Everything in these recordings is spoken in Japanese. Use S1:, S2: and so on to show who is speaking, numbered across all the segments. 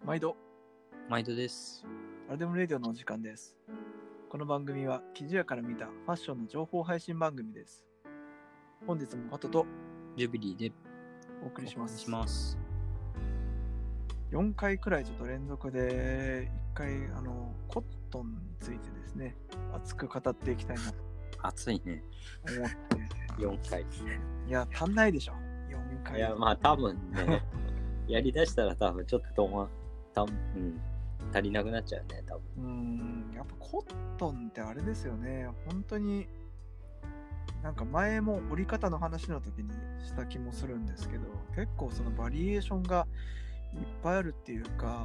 S1: 毎度
S2: です。
S1: アルデムレディオのお時間です。この番組は生地屋から見たファッションの情報配信番組です。本日もハトと
S2: ジュビリーで
S1: お送りします。4回くらいちょっと連続で1回コットンについてですね、熱く語っていきたいなと
S2: 熱いね。
S1: 思って
S2: 4回。
S1: いや足んないでしょ4回。
S2: いやまあ多分ねやりだしたら多分ちょっと足りなくなっちゃうね多分。
S1: やっぱコットンってあれですよね。本当になんか前も折り方の話の時にした気もするんですけど、結構そのバリエーションがいっぱいあるっていうか、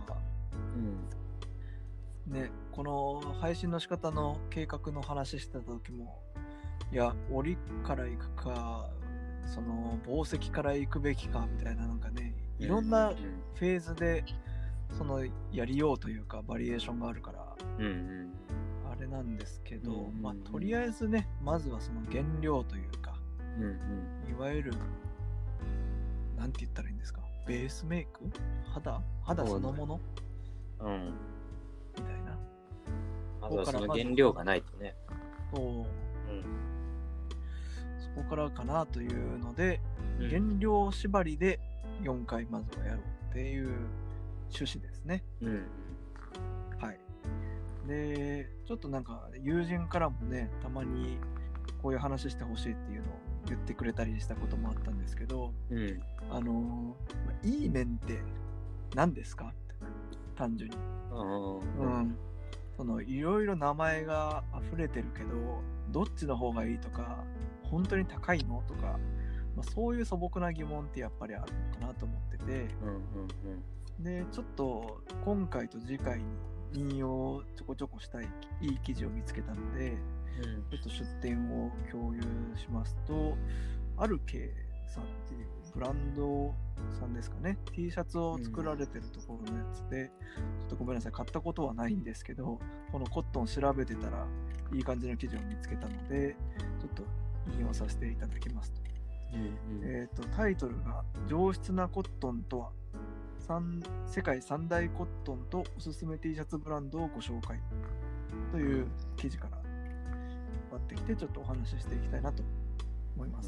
S1: ね、この配信の仕方の計画の話してた時も、いや折りから行くかその紡績から行くべきかみたいな、なんかね、いろんなフェーズでそのやりようというかバリエーションがあるから、あれなんですけど、とりあえずね、まずはその原料というか、いわゆるなんて言ったらいいんですか、ベースメイク、肌そのもの、みたいな。
S2: まずはその原料がないとね。
S1: そこからかなというので、原料縛りで4回まずはやろうっていう趣旨ですね。はい。で、ちょっとなんか友人からもね、たまにこういう話してほしいっていうのを言ってくれたりしたこともあったんですけど、いい面って何ですかって単純に。そのいろいろ名前が溢れてるけど、どっちの方がいいとか、本当に高いのとか、そういう素朴な疑問ってやっぱりあるのかなと思ってて、でちょっと今回と次回に引用をちょこちょこしたいいい記事を見つけたので、ちょっと出典を共有しますと、アルケさんっていうブランドさんですかね、 T シャツを作られてるところのやつで、ちょっとごめんなさい、買ったことはないんですけど、このコットン調べてたらいい感じの記事を見つけたので、ちょっと引用させていただきますと。タイトルが上質なコットンとは、世界三大コットンとおすすめ T シャツブランドをご紹介という記事から引っ張ってきて、ちょっとお話ししていきたいなと思います。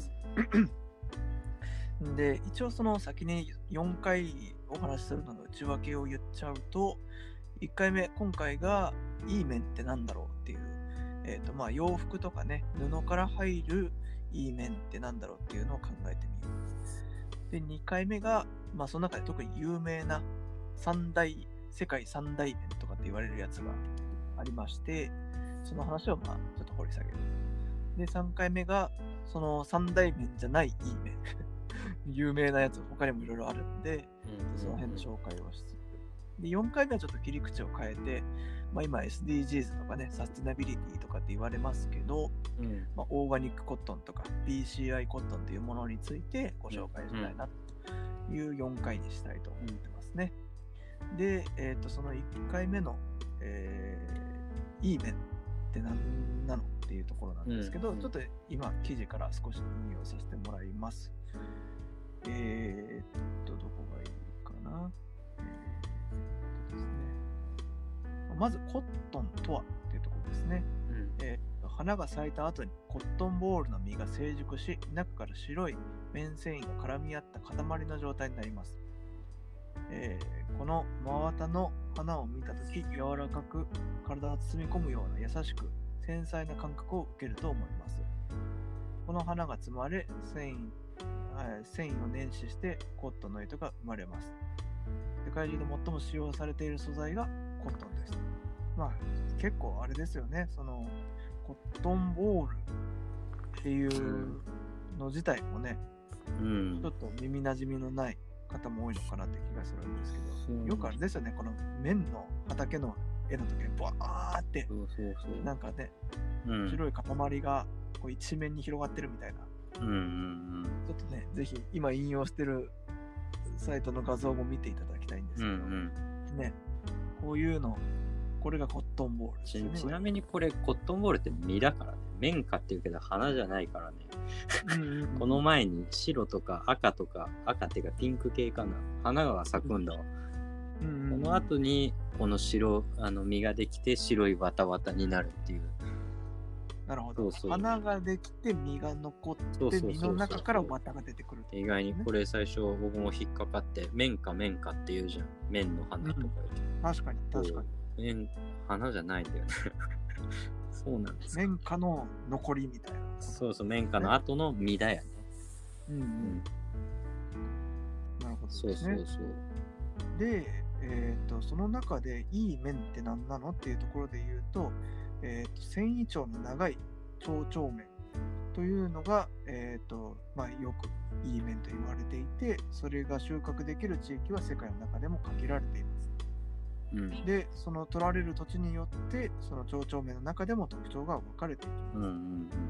S1: で、一応その先に4回お話しするのの内訳を言っちゃうと、1回目、今回がいい面ってなんだろうっていう、洋服とかね、布から入るいい面ってなんだろうっていうのを考えてみよう。で、2回目が、その中で特に有名な世界三大面とかって言われるやつがありまして、その話をちょっと掘り下げる。で、3回目がその三大面じゃないいい面有名なやつ他にもいろいろあるんで、その辺の紹介をしつつ、で4回目はちょっと切り口を変えて、今 SDGs とかね、サステナビリティとかって言われますけど、オーガニックコットンとか PCI コットンというものについてご紹介したいなという4回にしたいと思ってますね。で、その1回目の、いい面って何なのっていうところなんですけど、ちょっと今記事から少し引用させてもらいます。どこがいいかな。ですね、まずコットンとはっていうところですね。花が咲いた後にコットンボールの実が成熟し、中から白い綿繊維が絡み合った塊の状態になります。この真綿の花を見たとき、柔らかく体を包み込むような優しく繊細な感覚を受けると思います。この花が摘まれ、繊維を捻死してコットンの糸が生まれます。世界中で最も使用されている素材がコットンです。結構あれですよね、そのコットンボールっていうの自体もね、ちょっと耳なじみのない方も多いのかなって気がするんですけど、よくあれですよね、この面の畑の絵の時にバーってなんかね、白い塊がこう一面に広がってるみたいな、ちょっとね、ぜひ今引用してるサイトの画像も見ていただきたいんですけど、ね、こういうの、これがコットンボールですね。
S2: ちなみにこれコットンボールって実だからね、綿花っていうけど花じゃないからね。この前に白とか赤っていうかピンク系かな、花が咲くんだわ。 その後にこの白実ができて白い綿々になるっていう。
S1: なるほど。
S2: そうそう、
S1: 花ができて実が残って実の中から綿が出てくる、
S2: 意外にこれ最初僕も引っかかって綿花って言うじゃん。綿の花とか言う、
S1: 確かに確か
S2: に。花じゃないんだよね。そうなんです。
S1: 綿花の残りみたいな。
S2: そうそう、綿花の後の実だよね。
S1: なるほどですね。
S2: そうそうそう。
S1: で、その中でいい綿って何なのっていうところで言うと、繊維長の長い長々綿というのが、よくいい綿と言われていて、それが収穫できる地域は世界の中でも限られています。で、その取られる土地によってその長々綿の中でも特徴が分かれていきます。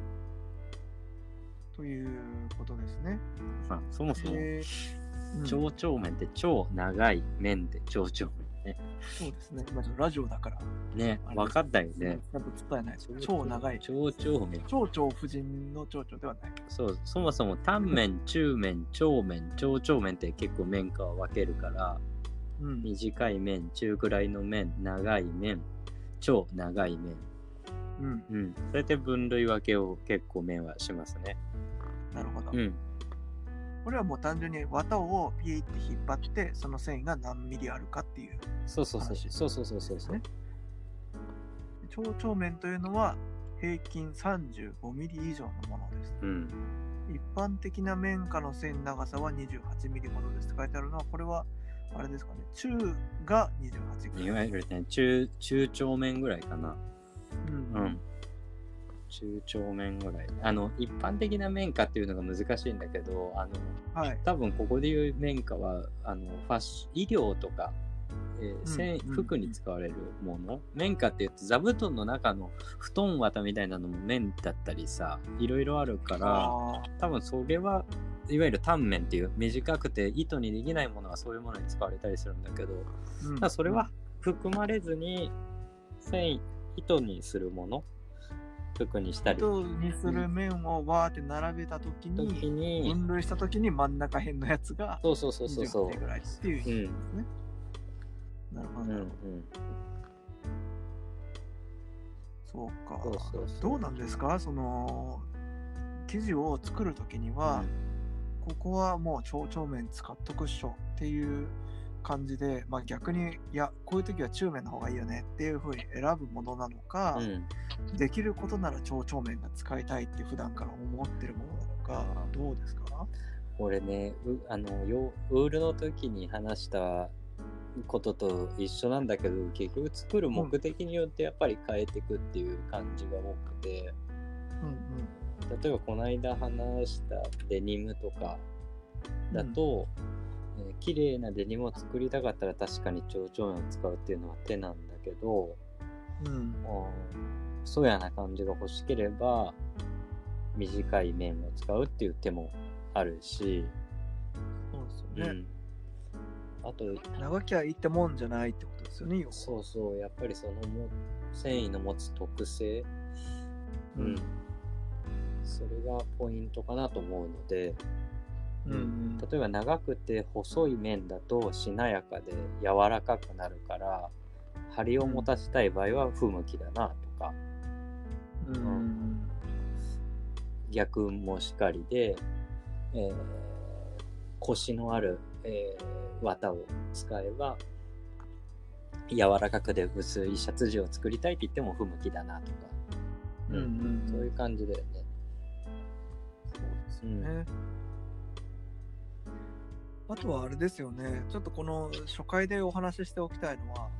S1: ということですね。
S2: そもそも、長々綿って超長い綿で長々綿ね。
S1: そうですね。今ちょっとラジオだから
S2: ね、分かったよね。
S1: ちゃんと伝えないと。超長い。
S2: 長々綿。
S1: 長々夫人の長々ではない。
S2: そう、そもそも短綿、中綿、長綿、長々綿って結構綿花を分けるから、短い綿、中くらいの綿、長い綿、超長い綿。そうやって分類分けを結構綿はしますね。
S1: なるほど。これはもう単純に綿をピーって引っ張って、その繊維が何ミリあるかっていう。
S2: そう。長
S1: 々綿というのは平均35ミリ以上のものです。一般的な綿花の線長さは28ミリほどですと書いてあるのは、これはあれですかね、中が28ぐらい。
S2: いわゆるね、中長綿ぐらいかな。中長綿ぐらい。一般的な綿花っていうのが難しいんだけど、多分ここでいう綿花は医療とか、服に使われるもの。綿花って言うと座布団の中の布団綿みたいなのも綿だったりさ、いろいろあるから、多分それはいわゆる短綿っていう短くて糸にできないものはそういうものに使われたりするんだけど、ただそれは含まれずに糸にするもの、服にしたり
S1: 糸にする綿をわーって並べた時に分類した時に真ん中辺のやつが28ぐらいっていう意味ですね。なるほど。そうか。どうなんですか、その生地を作る時には、ここはもう長々綿使っとくっしょっていう感じで、逆にいやこういう時は中綿の方がいいよねっていう風に選ぶものなのか、できることなら長々綿が使いたいって普段から思ってるものなのか、どうですか？
S2: 俺ね、ウールの時に話したことと一緒なんだけど、結局作る目的によってやっぱり変えていくっていう感じが多くて、例えばこの間話したデニムとかだと、綺麗なデニムを作りたかったら確かに長々綿を使うっていうのは手なんだけど、そやな感じが欲しければ短い綿を使うっていう手もあるし、
S1: そうですよね。
S2: あと
S1: 長きゃいいってもんじゃないってことですよね。
S2: そう、やっぱりその繊維の持つ特性、それがポイントかなと思うので、例えば長くて細い綿だとしなやかで柔らかくなるから、張りを持たせたい場合は不向きだなとか、逆もしかりで、コシのある、綿を使えば柔らかくで薄いシャツ地を作りたいって言っても不向きだなとか、そういう感じだよね。
S1: そうですね。あとはあれですよね、ちょっとこの初回でお話ししておきたいのは、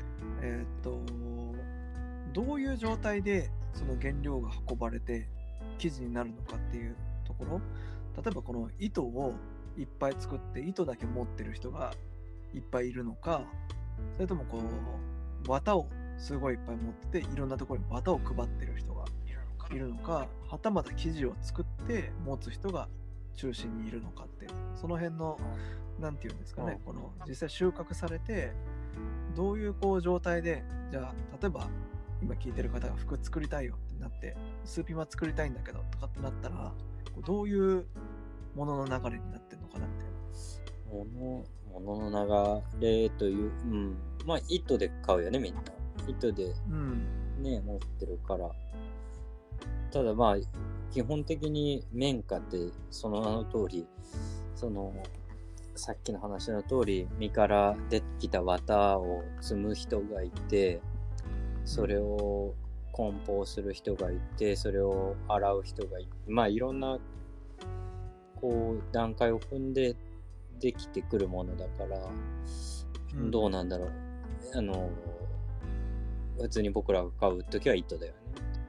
S1: どういう状態でその原料が運ばれて生地になるのかっていうところ。例えばこの糸をいっぱい作って糸だけ持ってる人がいっぱいいるのか、それともこう綿をすごいいっぱい持ってていろんなところに綿を配ってる人がいるのか、はたまた生地を作って持つ人が中心にいるのかって、その辺のなんていうんですかね、この実際収穫されてどういうこう状態で、じゃあ例えば今聞いてる方が服作りたいよってなって、スーピマ作りたいんだけどとかってなったら、どういうものの流れになってるのかなみたいな。
S2: 物の流れという、まあ糸で買うよねみんな。糸でね、持ってるから。ただまあ基本的に綿花ってその名の通り、さっきの話の通り、実から出てきた綿を摘む人がいて、それを梱包する人がいて、それを洗う人がいて、まあいろんなこう段階を踏んでできてくるものだから、どうなんだろう。普通に僕らが買うときは糸だよね。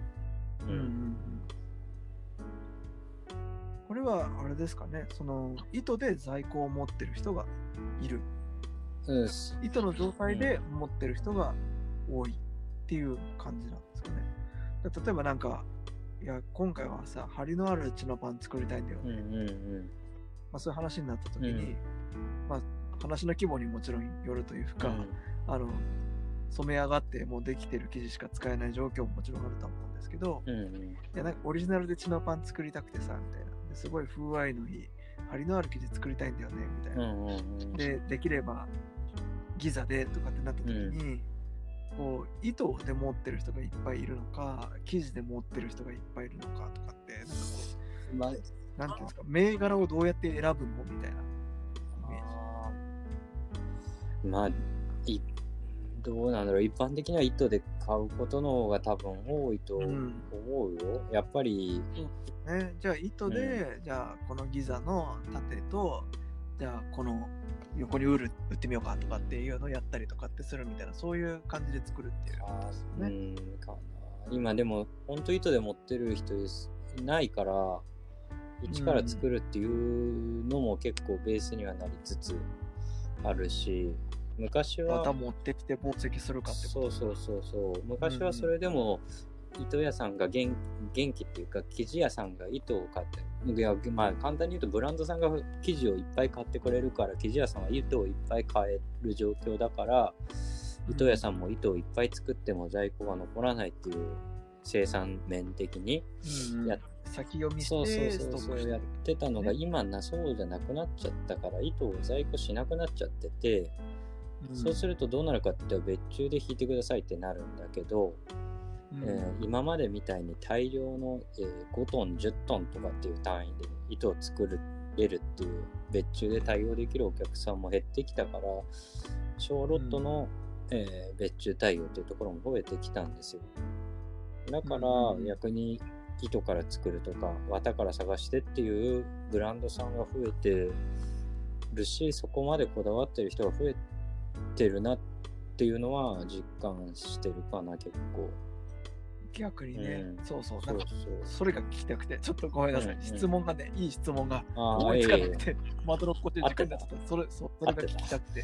S1: これはあれですかね、その糸で在庫を持ってる人がいる。糸の状態で持ってる人が多いっていう感じなんですかね。例えばなんか、いや今回はさ、張りのあるチノパン作りたいんだよね。まあ、そういう話になった時に、まあ話の規模にもちろんよるというか、染め上がってもうできてる生地しか使えない状況ももちろんあると思うんですけど、いやなんかオリジナルでチノパン作りたくてさみたいな、すごい風合いのいい張りのある生地作りたいんだよねみたいな、でできればギザでとかってなった時に、こう糸で持ってる人がいっぱいいるのか、生地で持ってる人がいっぱいいるのかとかって、なんかこう、なんていうんですか、銘柄をどうやって選ぶのみたいなイメージ。
S2: まあどうなんだろう、一般的には糸で買うことの方が多分多いと思うよ。やっぱり。
S1: じゃあ糸で、じゃあこのギザの縦と、じゃあこの横に売ってみようかとかっていうのをやったりとかってするみたいな、そういう感じで作るっていうことですよね。
S2: かな。今でも本当糸で持ってる人いないから、一から作るっていうのも結構ベースにはなりつつあるし、昔は
S1: また持ってきて紡績するかってこと。
S2: そう昔はそれでも、糸屋さんが元気っていうか、生地屋さんが糸を買って、いやまあ簡単に言うとブランドさんが生地をいっぱい買ってくれるから、生地屋さんは糸をいっぱい買える状況だから、糸屋さんも糸をいっぱい作っても在庫が残らないっていう生産面的に
S1: 先読みして
S2: そうやってたのが、今そうじゃなくなっちゃったから、糸を在庫しなくなっちゃってて、そうするとどうなるかって言ったら、別注で引いてくださいってなるんだけど、今までみたいに大量の、5トン10トンとかっていう単位で糸を作れるっていう別注で対応できるお客さんも減ってきたから、小ロットの、別注対応っていうところも増えてきたんですよ。だから逆に糸から作るとか綿から探してっていうブランドさんが増えてるし、そこまでこだわってる人が増えてるなっていうのは実感してるかな、結構。
S1: 逆にね、なんかそれが聞きたくて、ちょっとごめんなさい、質問がね、いい質問が思いつかなくて、まどろっこって時間になっちゃった。それが聞きたくて。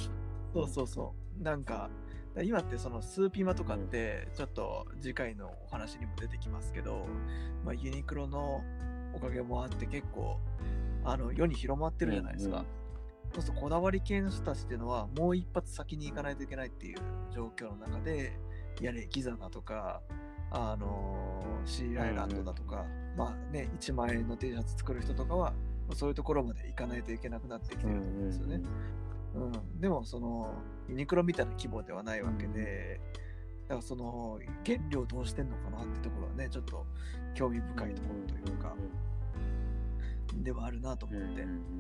S1: なんか、今ってそのスーピマとかって、ちょっと次回のお話にも出てきますけど、まあ、ユニクロのおかげもあって結構、世に広まってるじゃないですか。そうするとこだわり系の人たちっていうのは、もう一発先に行かないといけないっていう状況の中で、やれギザだとか、シーアイランドだとか、まあね、1万円の T シャツ作る人とかは、そういうところまで行かないといけなくなってきてると思うんですよね。でも、ユニクロみたいな規模ではないわけで、だから原料どうしてんのかなってところはね、ちょっと興味深いところというか、ではあるなと思って。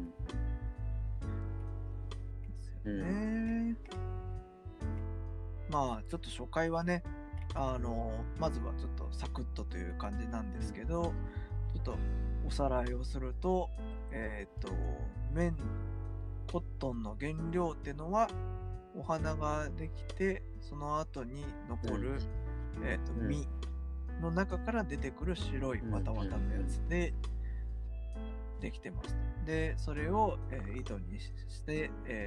S1: ですよね。まあ、ちょっと初回はね、まずはちょっとサクッとという感じなんですけど、ちょっとおさらいをすると、コットンの原料っていうのは、お花ができて、その後に残る、実の中から出てくる白い綿々のやつでできてます。で、それを、糸にして、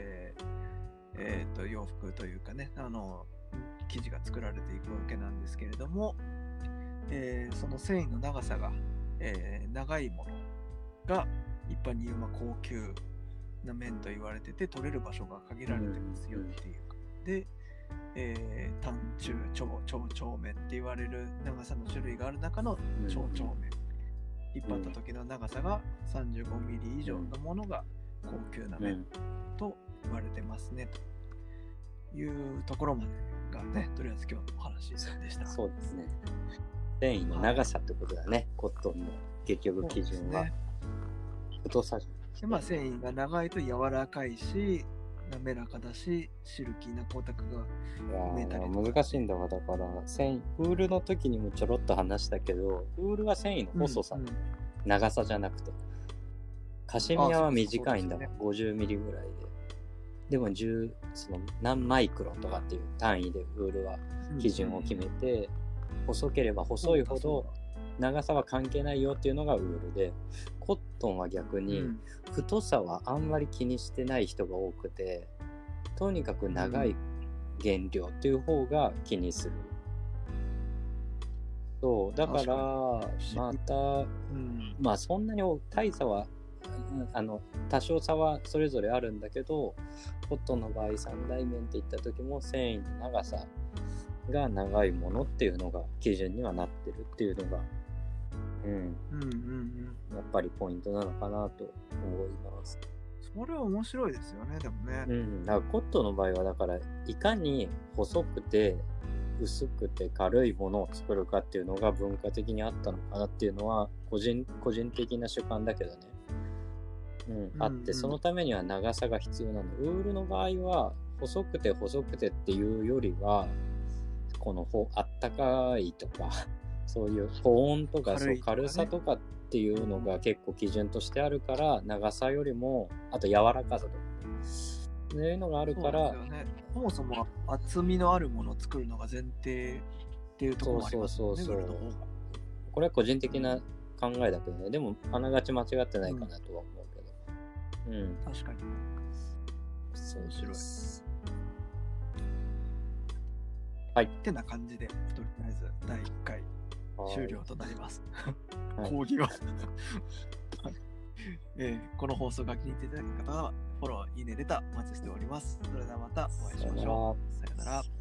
S1: 洋服というかね、生地が作られていくわけなんですけれども、その繊維の長さが、長いものが一般に言う高級な綿と言われてて、取れる場所が限られてますよっていうか、で、短中長綿って言われる長さの種類がある中の長綿、引っ張った時の長さが35ミリ以上のものが高級な綿と言われてますねというところまでがね、とりあえず今日のお話でした。
S2: そうですね。繊維の長さってことだね、はい、コットンの結局基準は。太さじゃ
S1: で、繊維が長いと柔らかいし、滑らかだし、シルキーな光沢が
S2: 見えたりとか。難しいんだわ。だからウールの時にもちょろっと話したけど、ウールは繊維の細さ、長さじゃなくて、カシミヤは短いんだわ、50ミリぐらいで。でもその何マイクロンとかっていう単位でウールは基準を決めて、細ければ細いほど長さは関係ないよっていうのがウールで、コットンは逆に太さはあんまり気にしてない人が多くて、とにかく長い原料っていう方が気にする。そうだからまた、まあそんなに大差は多少差はそれぞれあるんだけど、コットンの場合三大面って言った時も繊維の長さが長いものっていうのが基準にはなってるっていうのが、やっぱりポイントなのかなと思います。
S1: それは面白いですよね、でもね。
S2: だからコットンの場合はだからいかに細くて薄くて軽いものを作るかっていうのが文化的にあったのかなっていうのは個人的な主観だけどね。あって、そのためには長さが必要なの。ウールの場合は細くてっていうよりは、このあったかいとかそういう保温とか軽さとかっていうのが結構基準としてあるから、長さよりもあと柔らかさとかそういうのがあるから、
S1: そもそも厚みのあるものを作るのが前提っていうところもありますね。
S2: これは個人的な考えだけどね。でもあながち間違ってないかなとは思うけど。
S1: 確かに。
S2: 面白い。
S1: はい。ってな感じで、とりあえず第1回終了となります。講義は、この放送が気に入っていただいた方は、フォロー、いいね、レターお待ちしております。それではまたお会いしましょう。さよなら。